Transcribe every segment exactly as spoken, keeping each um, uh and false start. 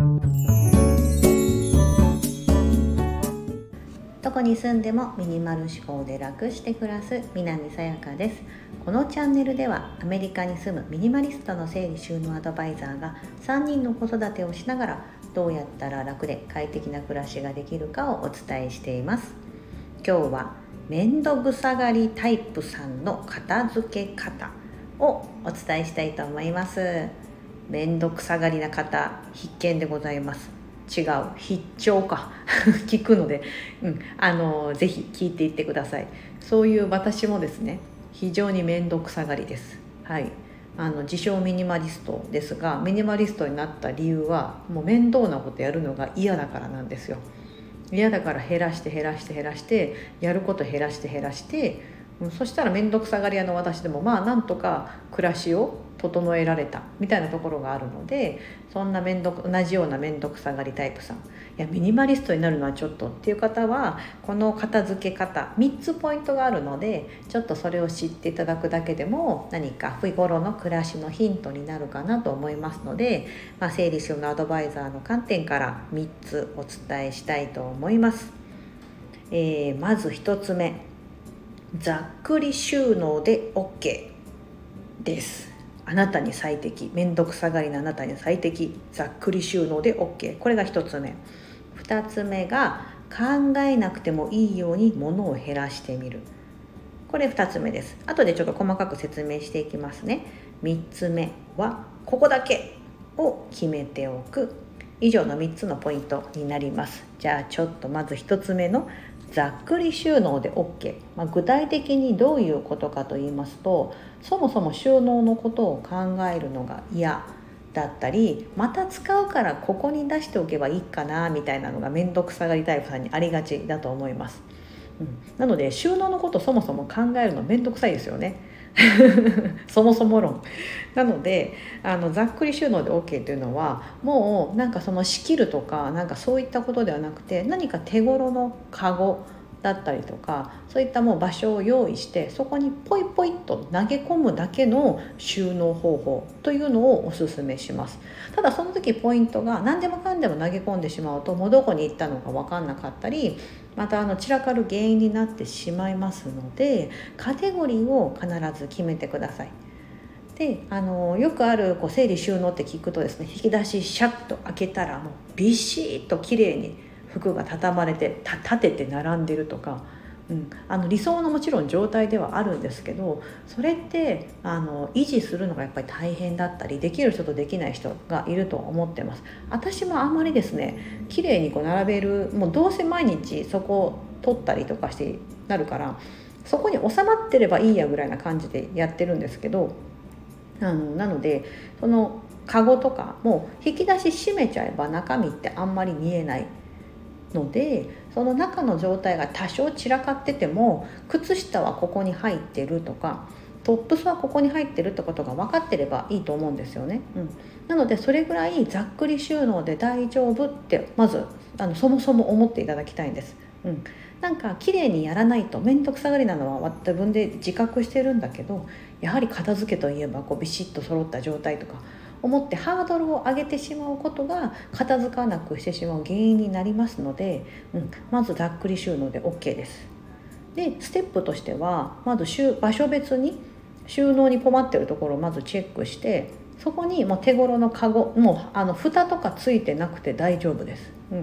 どこに住んでもミニマル思考で楽して暮らす南さやかです。このチャンネルではアメリカに住むミニマリストの整理収納アドバイザーがさんにんの子育てをしながらどうやったら楽で快適な暮らしができるかをお伝えしています。今日はめんどくさがりタイプさんの片付け方をお伝えしたいと思います。めんどくさがりな方必見でございます。違う必聴か聞くので、うん、あのぜひ聞いていってください。そういう私もですね、非常に面倒くさがりです。はい、あの自称ミニマリストですが、ミニマリストになった理由はもう面倒なことやるのが嫌だからなんですよ。嫌だから減らして減らして減らしてやること減らして減らして、うん、そしたら面倒くさがり屋の私でもまあなんとか暮らしを整えられたみたいなところがあるので、そんな面倒同じような面倒くさがりタイプさん、いやミニマリストになるのはちょっとっていう方は、この片付け方みっつポイントがあるので、ちょっとそれを知っていただくだけでも何か日頃の暮らしのヒントになるかなと思いますので、まあ、整理収納アドバイザーの観点からみっつお伝えしたいと思います。えー、まずひとつめ、ざっくり収納で OK です。あなたに最適、めんどくさがりなあなたに最適、ざっくり収納で OK。 これがひとつめ。ふたつめが考えなくてもいいように物を減らしてみる。これふたつめです。後でちょっと細かく説明していきますね。みっつめはここだけを決めておく。以上のみっつのポイントになります。じゃあちょっとまずひとつめのざっくり収納で OK、まあ、具体的にどういうことかと言いますと、そもそも収納のことを考えるのが嫌だったり、また使うからここに出しておけばいいかなみたいなのがめんどくさがりタイプさんにありがちだと思います、うん、なので収納のことそもそも考えるのめんどくさいですよねそもそも論なので、あのざっくり収納で OK というのは、もうなんかその仕切るとかなんかそういったことではなくて、何か手頃のカゴだったりとか、そういったもう場所を用意して、そこにポイポイと投げ込むだけの収納方法というのをおすすめします。ただその時ポイントが、何でもかんでも投げ込んでしまうともうどこに行ったのか分かんなかったり、またあの散らかる原因になってしまいますので、カテゴリーを必ず決めてください。で、あのよくあるこう整理収納って聞くとですね、引き出しシャッと開けたらもうビシッと綺麗に服が畳まれてた立てて並んでるとか、うん、あの理想のもちろん状態ではあるんですけど、それってあの維持するのがやっぱり大変だったり、できる人とできない人がいると思ってます。私もあんまりですね、綺麗にこう並べる、もうどうせ毎日そこを取ったりとかしてなるから、そこに収まってればいいやぐらいな感じでやってるんですけど、あのなのでそのカゴとかも引き出し閉めちゃえば中身ってあんまり見えないので、その中の状態が多少散らかってても、靴下はここに入ってるとかトップスはここに入ってるってことが分かってればいいと思うんですよね、うん、なのでそれぐらいざっくり収納で大丈夫ってまずあのそもそも思っていただきたいんです、うん、なんか綺麗にやらないと面倒くさがりなのは自分で自覚してるんだけど、やはり片付けといえばこうビシッと揃った状態とか思ってハードルを上げてしまうことが片付かなくしてしまう原因になりますので、うん、まずざっくり収納で OK です。でステップとしては、まず場所別に収納に困ってるところをまずチェックして、そこにもう手頃のカゴ、もうあの蓋とかついてなくて大丈夫です、うん、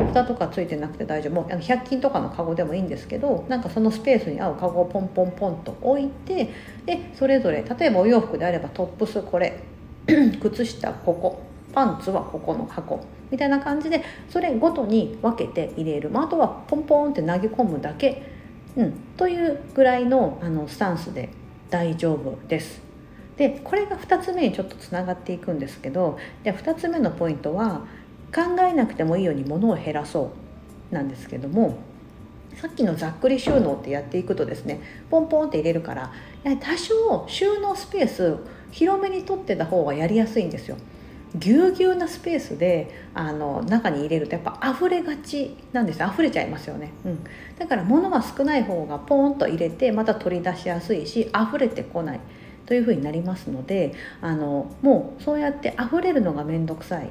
蓋とかついてなくて大丈夫。もうあのひゃく均とかのカゴでもいいんですけど、なんかそのスペースに合うカゴをポンポンポンと置いて、でそれぞれ例えばお洋服であればトップスこれ靴下ここ、パンツはここの箱みたいな感じで、それごとに分けて入れる、まあ、あとはポンポンって投げ込むだけ、うん、というぐらいの、あのスタンスで大丈夫です。でこれがふたつめにちょっとつながっていくんですけど、でふたつめのポイントは考えなくてもいいように物を減らそうなんですけども、さっきのざっくり収納ってやっていくとですね、ポンポンって入れるから、多少収納スペース広めに取ってた方がやりやすいんですよ。ぎゅうぎゅうなスペースであの中に入れるとやっぱ溢れがちなんです。溢れちゃいますよね、うん、だから物が少ない方がポンと入れてまた取り出しやすいし、溢れてこないというふうになりますので、あのもうそうやって溢れるのがめんどくさい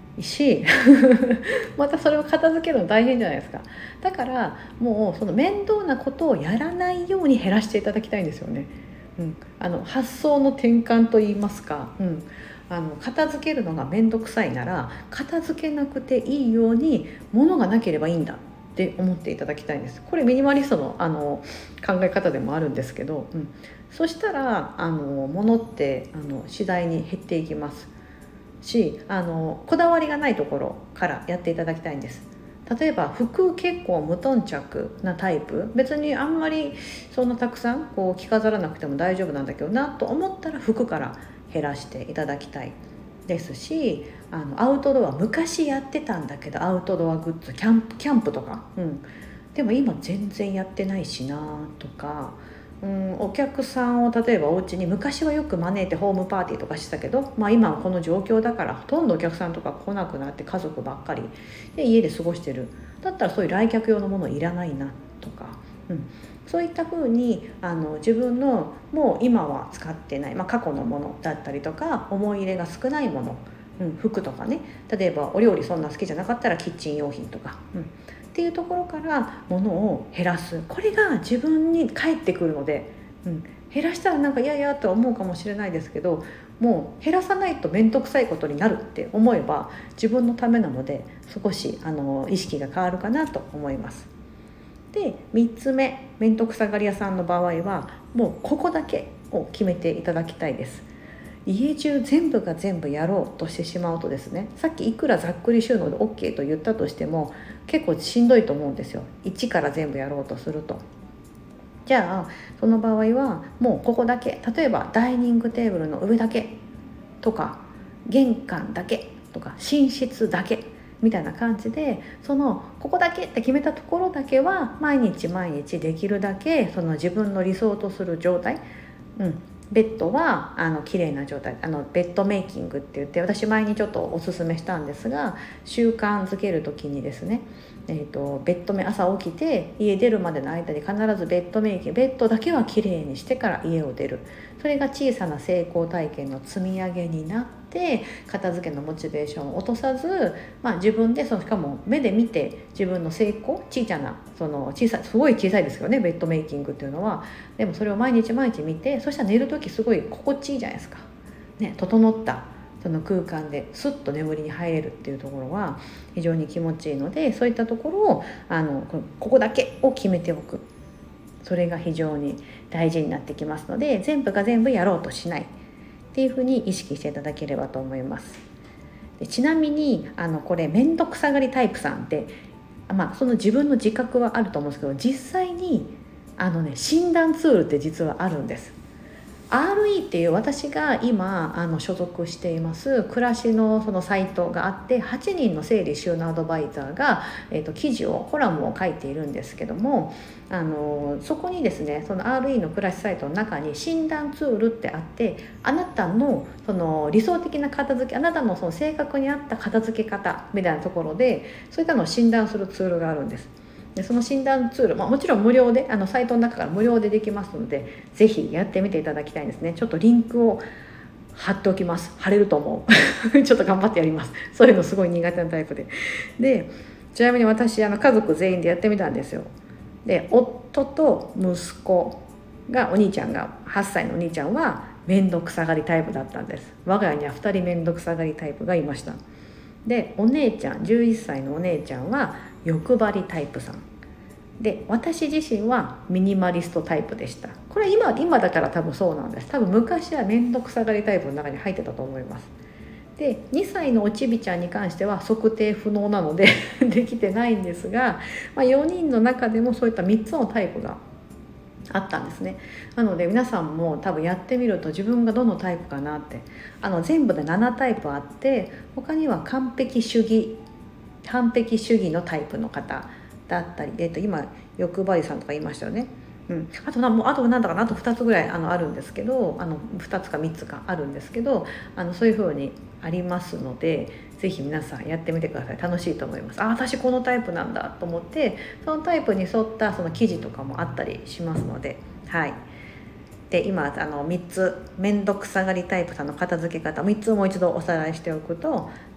しまたそれを片付けるの大変じゃないですか。だからもうその面倒なことをやらないように減らしていただきたいんですよね。うん、あの発想の転換といいますか、うん、あの片付けるのが面倒くさいなら片付けなくていいように物がなければいいんだって思っていただきたいんです。これミニマリストの、あの考え方でもあるんですけど、うん、そしたらあの物ってあの次第に減っていきますし、あのこだわりがないところからやっていただきたいんです。例えば服結構無頓着なタイプ、別にあんまりそんなたくさんこう着飾らなくても大丈夫なんだけどなと思ったら服から減らしていただきたいですし、あのアウトドア昔やってたんだけどアウトドアグッズキャンプキャンプとか、うん、でも今全然やってないしなとか、うん、お客さんを例えばお家に昔はよく招いてホームパーティーとかしてたけど、まあ、今はこの状況だからほとんどお客さんとか来なくなって家族ばっかりで家で過ごしてる。だったらそういう来客用のものいらないなとか、うん、そういったふうにあの自分のもう今は使ってない、まあ、過去のものだったりとか思い入れが少ないもの、うん、服とかね、例えばお料理そんな好きじゃなかったらキッチン用品とか、うん、っていうところから物を減らす。これが自分に返ってくるので、うん、減らしたらなんか嫌々と思うかもしれないですけど、もう減らさないと面倒くさいことになるって思えば自分のためなので少しあの意識が変わるかなと思います。でみっつめ、面倒くさがり屋さんの場合はもうここだけを決めていただきたいです。家中全部が全部やろうとしてしまうとですね、さっきいくらざっくり収納で OK と言ったとしても結構しんどいと思うんですよ、一から全部やろうとすると。じゃあその場合はもうここだけ、例えばダイニングテーブルの上だけとか玄関だけとか寝室だけみたいな感じで、そのここだけって決めたところだけは毎日毎日できるだけその自分の理想とする状態、うん、ベッドはあの綺麗な状態、あのベッドメイキングって言って私前にちょっとおすすめしたんですが、習慣づける時にですね、えーと、ベッドメ朝起きて家出るまでの間に必ずベッドメイキング、ベッドだけは綺麗にしてから家を出る。それが小さな成功体験の積み上げになって片付けのモチベーションを落とさず、まあ、自分でそのしかも目で見て自分の成功、小さなその小さいすごい小さいですよねベッドメイキングっていうのは。でもそれを毎日毎日見て、そしたら寝る時すごい心地いいじゃないですか、ね、整ったその空間でスッと眠りに入れるっていうところは非常に気持ちいいので、そういったところをあのここだけを決めておく、それが非常に大事になってきますので、全部が全部やろうとしないっていうふうに意識していただければと思います。でちなみにあのこれ面倒くさがりタイプさんって、まあ、その自分の自覚はあると思うんですけど、実際にあの、ね、診断ツールって実はあるんです。アールイー っていう私が今あの所属しています暮らしのそのサイトがあって、はちにんの整理収納アドバイザーが、えーと、記事をコラムを書いているんですけども、あのそこにですねその アールイー の暮らしサイトの中に診断ツールってあって、あなたのその理想的な片付け、あなたのその性格に合った片付け方みたいなところでそういったのを診断するツールがあるんです。でその診断ツール、まあ、もちろん無料であのサイトの中から無料でできますのでぜひやってみていただきたいんですね。ちょっとリンクを貼っておきます。貼れると思うちょっと頑張ってやります。そういうのすごい苦手なタイプで。でちなみに私あの家族全員でやってみたんですよ。で夫と息子がお兄ちゃんがはっさいのお兄ちゃんは面倒くさがりタイプだったんです。我が家にはふたり面倒くさがりタイプがいました。でお姉ちゃんじゅういっさいのお姉ちゃんは欲張りタイプさんで、私自身はミニマリストタイプでした。これ今今だから多分そうなんです。多分昔は面倒くさがりタイプの中に入ってたと思います。でにさいのおちびちゃんに関しては測定不能なのでできてないんですが、まあ、よにんの中でもそういったみっつのタイプがあったんですね。なので皆さんも多分やってみると自分がどのタイプかなって、あの全部でななタイプあって、他には完璧主義完璧主義のタイプの方だったり、えー、と今欲張りさんとか言いましたよね。うん、あとなもうあとなんだかなあとふたつぐらいあのあるんですけど、あのふたつかみっつかあるんですけど、あのそういう風にありますのでぜひ皆さんやってみてください。楽しいと思います。あ私このタイプなんだと思ってそのタイプに沿ったその記事とかもあったりしますので、はい。で今あのみっつ面倒くさがりタイプさんの片付け方みっつをもう一度おさらいしておくと、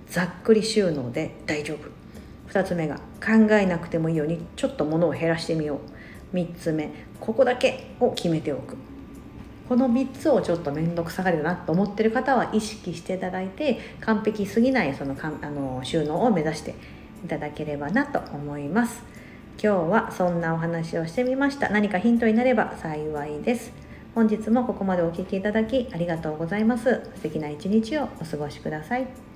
ざっくり収納で大丈夫。ふたつめが考えなくてもいいようにちょっと物を減らしてみよう。みっつめ、ここだけを決めておく。このみっつをちょっと面倒くさがりだなと思っている方は意識していただいて、完璧すぎないそのかんあの収納を目指していただければなと思います。今日はそんなお話をしてみました。何かヒントになれば幸いです。本日もここまでお聞きいただきありがとうございます。素敵な一日をお過ごしください。